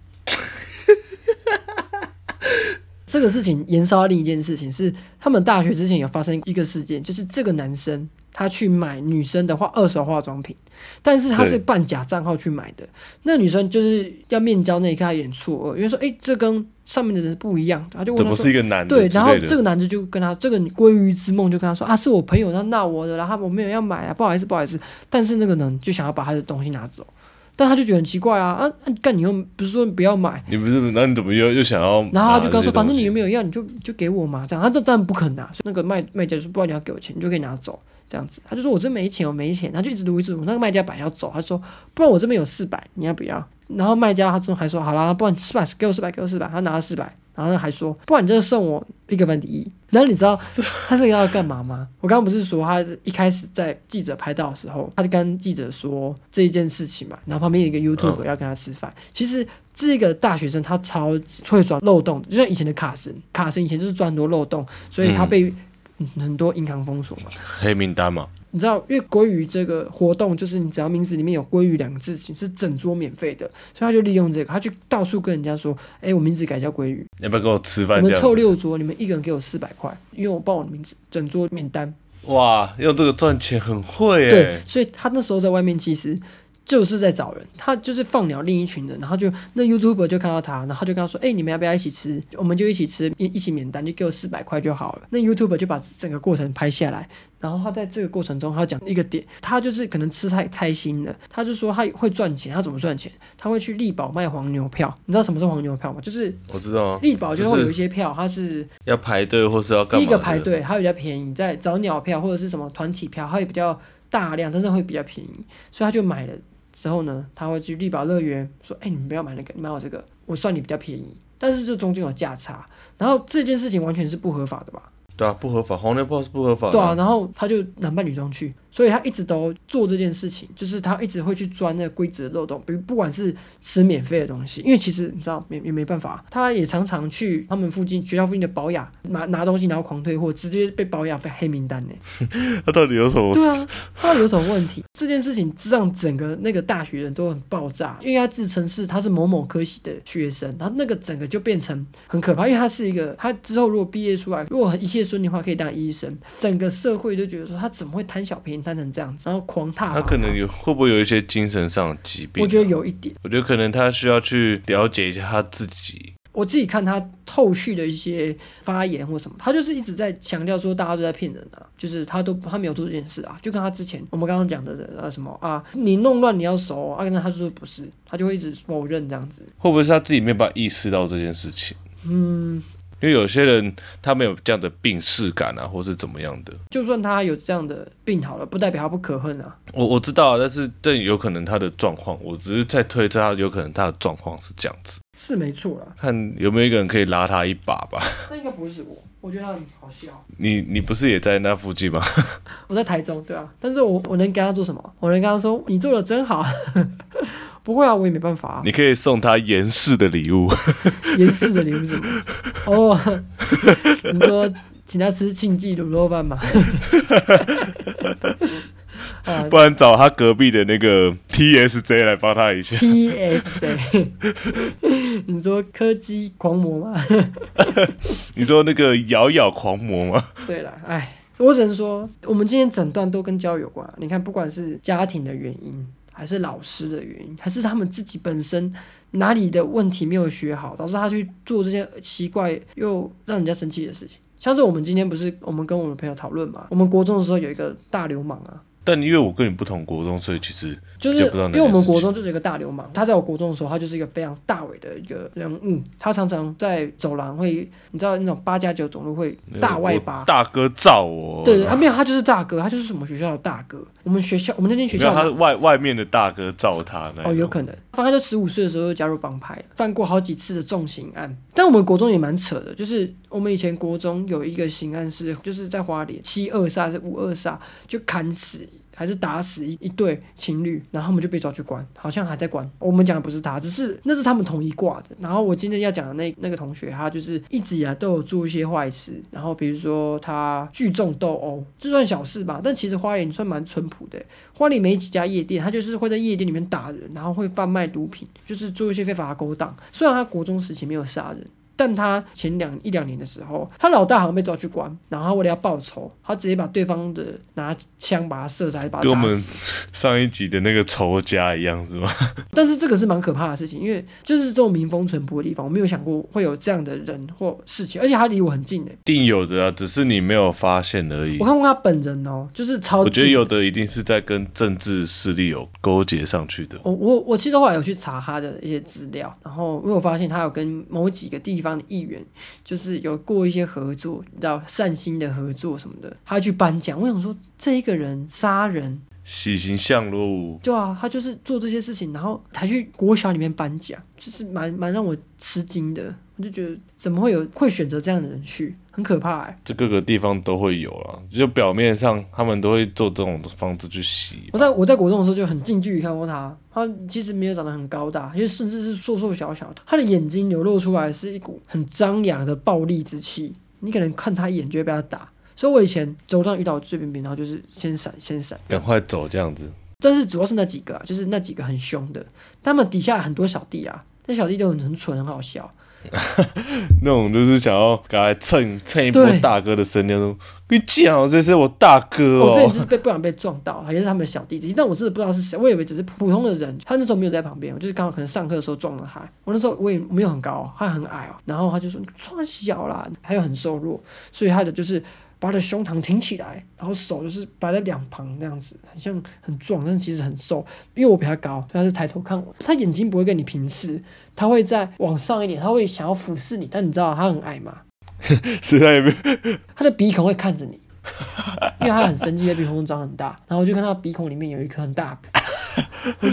A: 这个事情延烧到另一件事情是，他们大学之前有发生一个事件，就是这个男生他去买女生的二手化妆品，但是他是办假账号去买的。那女生就是要面交那一刻，他有点错愕，因为说这跟上面的人不一样，他就问他说
B: 怎么是一个男的？
A: 对，然后这个男的就跟他这个鲑鱼之梦就跟他说是我朋友他闹我的，然后我没有要买不好意思。但是那个人就想要把他的东西拿走。但他就觉得很奇怪干你又不是说不要买，
B: 你不是，那你怎么又想要？
A: 然后他就跟他说，反正你有没有要，你就给我嘛，这样。他这当然不肯拿，所以那个卖家就说，不然你要给我钱，你就可以拿走，这样子。他就说我这没钱，我没钱，他就一直撸。那个卖家本来要走，他说不然我这边有400，你要不要？然后卖家他最后还说好啦，不然400给我400，他拿了400。然后还说，不然你就送我1个粉底液。然后你知道他这个要干嘛吗？我刚刚不是说他一开始在记者拍到的时候，他就跟记者说这一件事情嘛，然后旁边有一个 YouTuber 要跟他吃饭。其实这个大学生他超会钻漏洞，就像以前的卡神以前就是钻很多漏洞，所以他被很多银行封锁嘛，
B: 黑名单嘛。
A: 你知道，因为鲑鱼这个活动，就是你只要名字里面有鲑鱼2个字，是整桌免费的，所以他就利用这个，他去到处跟人家说，我名字改叫鲑鱼，
B: 要不要跟我吃饭？
A: 我们凑6桌，你们一个人给我400块，因为我报我的名字，整桌免单。
B: 哇，用这个赚钱很会
A: 对，所以他那时候在外面其实就是在找人，他就是放鸟另一群人，然后那 YouTuber 就看到他，然后就跟他说，你们要不要一起吃？我们就一起吃，一起免单，就给我400块就好了。那 YouTuber 就把整个过程拍下来。然后他在这个过程中，他讲一个点，他就是可能吃太开心了，他就说他会赚钱，他怎么赚钱？他会去力宝卖黄牛票，你知道什么是黄牛票吗？就是
B: 我知道，
A: 力宝就会有一些票，它是
B: 要排队或是要干嘛？
A: 第一个排队，它会比较便宜，在早鸟票或者是什么团体票，它会比较大量，但是会比较便宜，所以他就买了时候呢，他会去力宝乐园说，你们不要买那个，你买我这个，我算你比较便宜，但是这中间有价差，然后这件事情完全是不合法的吧？
B: 对啊，不合法，黄牛票是不合法的。
A: 对啊，然后他就男扮女装去，所以他一直都做这件事情，就是他一直会去钻那个规则漏洞，比如不管是吃免费的东西，因为其实你知道也没办法，他也常常去他们学校附近的保雅拿东西，然后狂退货，直接被保雅黑名单呢。
B: 他到底有什么？
A: 对啊，他到底有什么问题？这件事情让整个那个大学人都很爆炸，因为他自称他是某某科系的学生，然后那个整个就变成很可怕，因为他是一个他之后如果毕业出来，如果一切顺利的话，可以当医生，整个社会就觉得说他怎么会贪小便宜贪成这样子，然后狂踏。
B: 他可能会不会有一些精神上的疾病？
A: 我觉得有一点，
B: 我觉得可能他需要去了解一下他自己。
A: 我自己看他后续的一些发言或什么，他就是一直在强调说大家都在骗人啊，就是他没有做这件事啊，就跟他之前我们刚刚讲的什么啊，你弄乱你要收啊，那他就说不是，他就会一直否认这样子。
B: 会不会是他自己没有办法意识到这件事情？因为有些人他没有这样的病识感啊，或是怎么样的。
A: 就算他有这样的病好了，不代表他不可恨啊。
B: 我知道啊，但是这有可能他的状况，我只是在推测他有可能他的状况是这样子。
A: 是没错啦，
B: 看有没有一个人可以拉他一把吧。
A: 那应该不会是我觉得他很好笑。
B: 你不是也在那附近吗？
A: 我在台中，对啊，但是我能跟他做什么？我能跟他说你做的真好。不会啊，我也没办法啊。
B: 你可以送他严氏的礼物。
A: 严氏的礼物是什么？哦，你说请他吃庆记卤肉饭吗？
B: 不然找他隔壁的那个 TSJ 来帮他一下。
A: TSJ， 你说科技狂魔吗？
B: 你说那个咬狂魔吗？
A: 对了，我只能说，我们今天整段都跟教育有关。你看，不管是家庭的原因，还是老师的原因，还是他们自己本身哪里的问题没有学好，导致他去做这些奇怪又让人家生气的事情。像是我们今天不是我们跟我们朋友讨论嘛，我们国中的时候有一个大流氓啊。
B: 但因为我跟你不同国中，所以其实
A: 就是因为我们国中就是一个大流氓，他在我国中的时候，他就是一个非常大尾的一个人物，他常常在走廊会，你知道那种8+9走路会大外八，
B: 大哥罩我。
A: 对，没有，他就是大哥，他就是我们学校的大哥。我们那间学校，
B: 他是外面的大哥罩他那。
A: 有可能。他就15岁的时候就加入帮派，犯过好几次的重刑案。但我们国中也蛮扯的，就是我们以前国中有一个刑案是，就是在花莲7-2杀还是5-2杀，就砍死还是打死一对情侣，然后他们就被抓去关，好像还在关。我们讲的不是他，只是那是他们同一挂的。然后我今天要讲的那个同学，他就是一直以来都有做一些坏事，然后比如说他聚众斗殴，这算小事吧？但其实花莲算蛮淳朴的。花莲没几家夜店，他就是会在夜店里面打人，然后会贩卖毒品，就是做一些非法的勾当。虽然他国中时期没有杀人。但他前一两年的时候，他老大好像被抓去关，然后他为了要报仇，他直接把对方的拿枪把他射死，还是把他打死，
B: 跟我们上一集的那个仇家一样，是吗？
A: 但是这个是蛮可怕的事情，因为就是这种民风淳朴的地方，我没有想过会有这样的人或事情，而且他离我很近诶，
B: 定有的啊，只是你没有发现而已。
A: 我看过他本人哦，就是超近。
B: 我觉得有的一定是在跟政治势力有勾结上去的。
A: 我其实后来有去查他的一些资料，然后因为我发现他有跟某几个地方的议员，就是有过一些合作，你知道善心的合作什么的，他去颁奖。我想说，这一个人杀人。
B: 喜形象咯，
A: 对啊，他就是做这些事情，然后还去国小里面颁奖，就是蛮让我吃惊的。我就觉得怎么会选择这样的人去，很可怕欸。
B: 这各个地方都会有啦，就表面上他们都会做这种方式去洗。
A: 我在国中的时候就很近距离看过他，他其实没有长得很高大，因为甚至是瘦瘦小小的，他的眼睛流露出来是一股很张扬的暴力之气，你可能看他一眼就会被他打。所以我以前走上遇到最边边，然后就是先闪，
B: 赶快走这样子。
A: 但是主要是那几个啊，就是那几个很凶的，他们底下很多小弟啊，那小弟都很蠢，很好笑。
B: 那种就是想要赶快蹭一波大哥的声量，说你讲这是我大哥哦。
A: 我之前就是不然被撞到，也是他们的小弟弟，但我真的不知道是谁，我以为只是普通的人。他那时候没有在旁边，我就是刚好可能上课的时候撞了他。我那时候我也没有很高，他很矮哦，然后他就说你撞小啦，他又很瘦弱，所以他的就是把他的胸膛挺起来，然后手就是摆在两旁那样子，很像很壮，但是其实很瘦。因为我比他高，所以他是抬头看我，他眼睛不会跟你平视，他会再往上一点，他会想要俯视你，但你知道他很矮嘛？
B: 是他也没，
A: 他的鼻孔会看着你，因为他很生气，鼻孔长很大，然后我就看到鼻孔里面有一颗很大，我就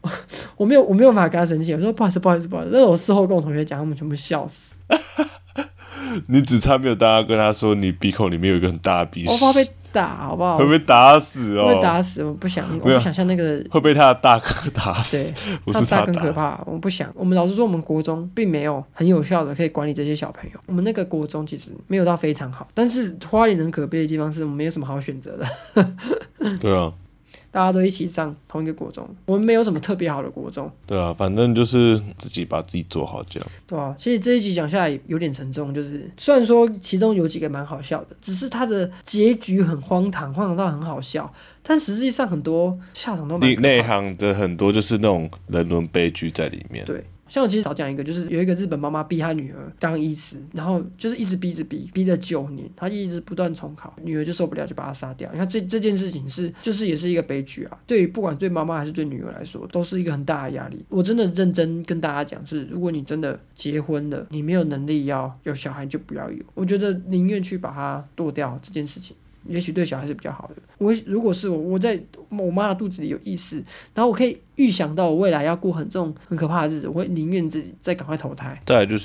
A: 我没有办法跟他生气，我说不好意思，但是我事后跟我同学讲，他们全部笑死。
B: 你只差没有大家跟他说你鼻孔里面有一个很大的鼻屎，
A: 我怕被打，好不好？
B: 会被打死哦，
A: 会被打死，我不想像那个
B: 会被他的大哥打死，
A: 对，
B: 不是他
A: 大更可怕，我不想。我们老师说，我们国中并没有很有效的可以管理这些小朋友。我们那个国中其实没有到非常好，但是花莲很可悲的地方是我们没有什么好选择的。
B: 对啊。
A: 大家都一起上同一个国中，我们没有什么特别好的国中。
B: 对啊，反正就是自己把自己做好这样。
A: 对啊，其实这一集讲下来有点沉重，就是虽然说其中有几个蛮好笑的，只是它的结局很荒唐到很好笑，但实际上很多下场都蛮可怕的。
B: 内行的很多就是那种人伦悲剧在里面。
A: 对。像我其实早讲一个，就是有一个日本妈妈逼她女儿当医师，然后就是一直逼了9年，她一直不断重考，女儿就受不了，就把她杀掉。你看这件事情就是也是一个悲剧啊，对于不管对妈妈还是对女儿来说，都是一个很大的压力。我真的认真跟大家讲，是如果你真的结婚了，你没有能力要有小孩，就不要有。我觉得宁愿去把它剁掉这件事情。也许对小孩是比较好的。如果是我在我妈的肚子里有意识，然后我可以预想到我未来要过这种很可怕的日子，我会宁愿自己再赶快投胎。
B: 再来就是，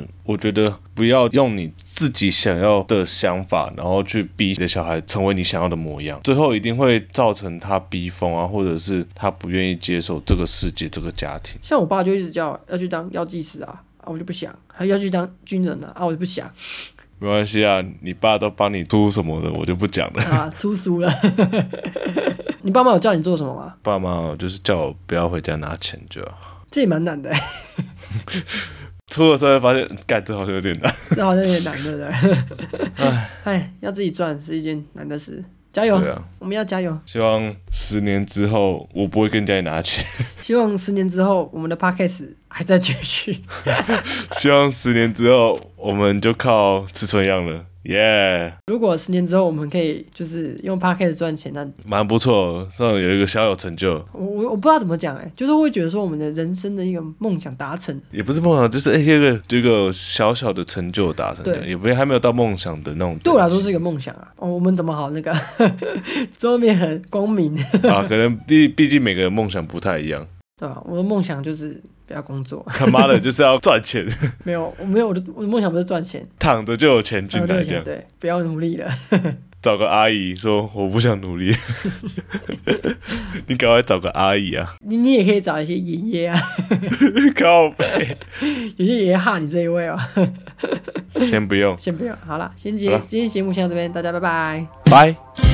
B: 我觉得不要用你自己想要的想法，然后去逼你的小孩成为你想要的模样，最后一定会造成他逼疯啊，或者是他不愿意接受这个世界、这个家庭。
A: 像我爸就一直叫我要去当药剂师啊，我就不想；还要去当军人啊，我就不想。
B: 没关系啊，你爸都帮你出什么的，我就不讲了。
A: 啊，出书了。你爸妈有叫你做什么吗？
B: 爸妈就是叫我不要回家拿钱就好。
A: 这也蛮难的。
B: 出了之后发现，干这好像有点难。
A: 这好像有点难，对不对？哎，要自己赚是一件难的事。加油！
B: 对啊，
A: 我们要加油。
B: 希望10年之后我不会跟家里拿钱。
A: 希望10年之后我们的 podcast 还在继续。
B: 希望10年之后我们就靠吃春样了，耶！
A: 如果10年之后我们可以就是用 podcast 赚钱，那
B: 蛮不错，算有一个小有成就。
A: 我不知道怎么讲就是会觉得说我们的人生的一个梦想达成，
B: 也不是梦想，就是这个小小的成就达成，
A: 对，
B: 也不还没有到梦想的那种。
A: 对我来说是一个梦想啊。我们怎么好那个桌面很光明
B: 啊？可能毕竟每个人梦想不太一样。
A: 对吧？我的梦想就是不要工作，
B: 他妈的就是要赚钱。
A: 没有，我的梦想不是赚钱，
B: 躺着就有钱进来这样。
A: 对，不要努力了。
B: 找个阿姨说我不想努力。你赶快找个阿姨啊！
A: 你也可以找一些爷爷啊。
B: 靠北，
A: 有些爷爷哈你这一位哦。
B: 先不用，
A: 好了，今天节目先到这边，大家拜拜。
B: 拜。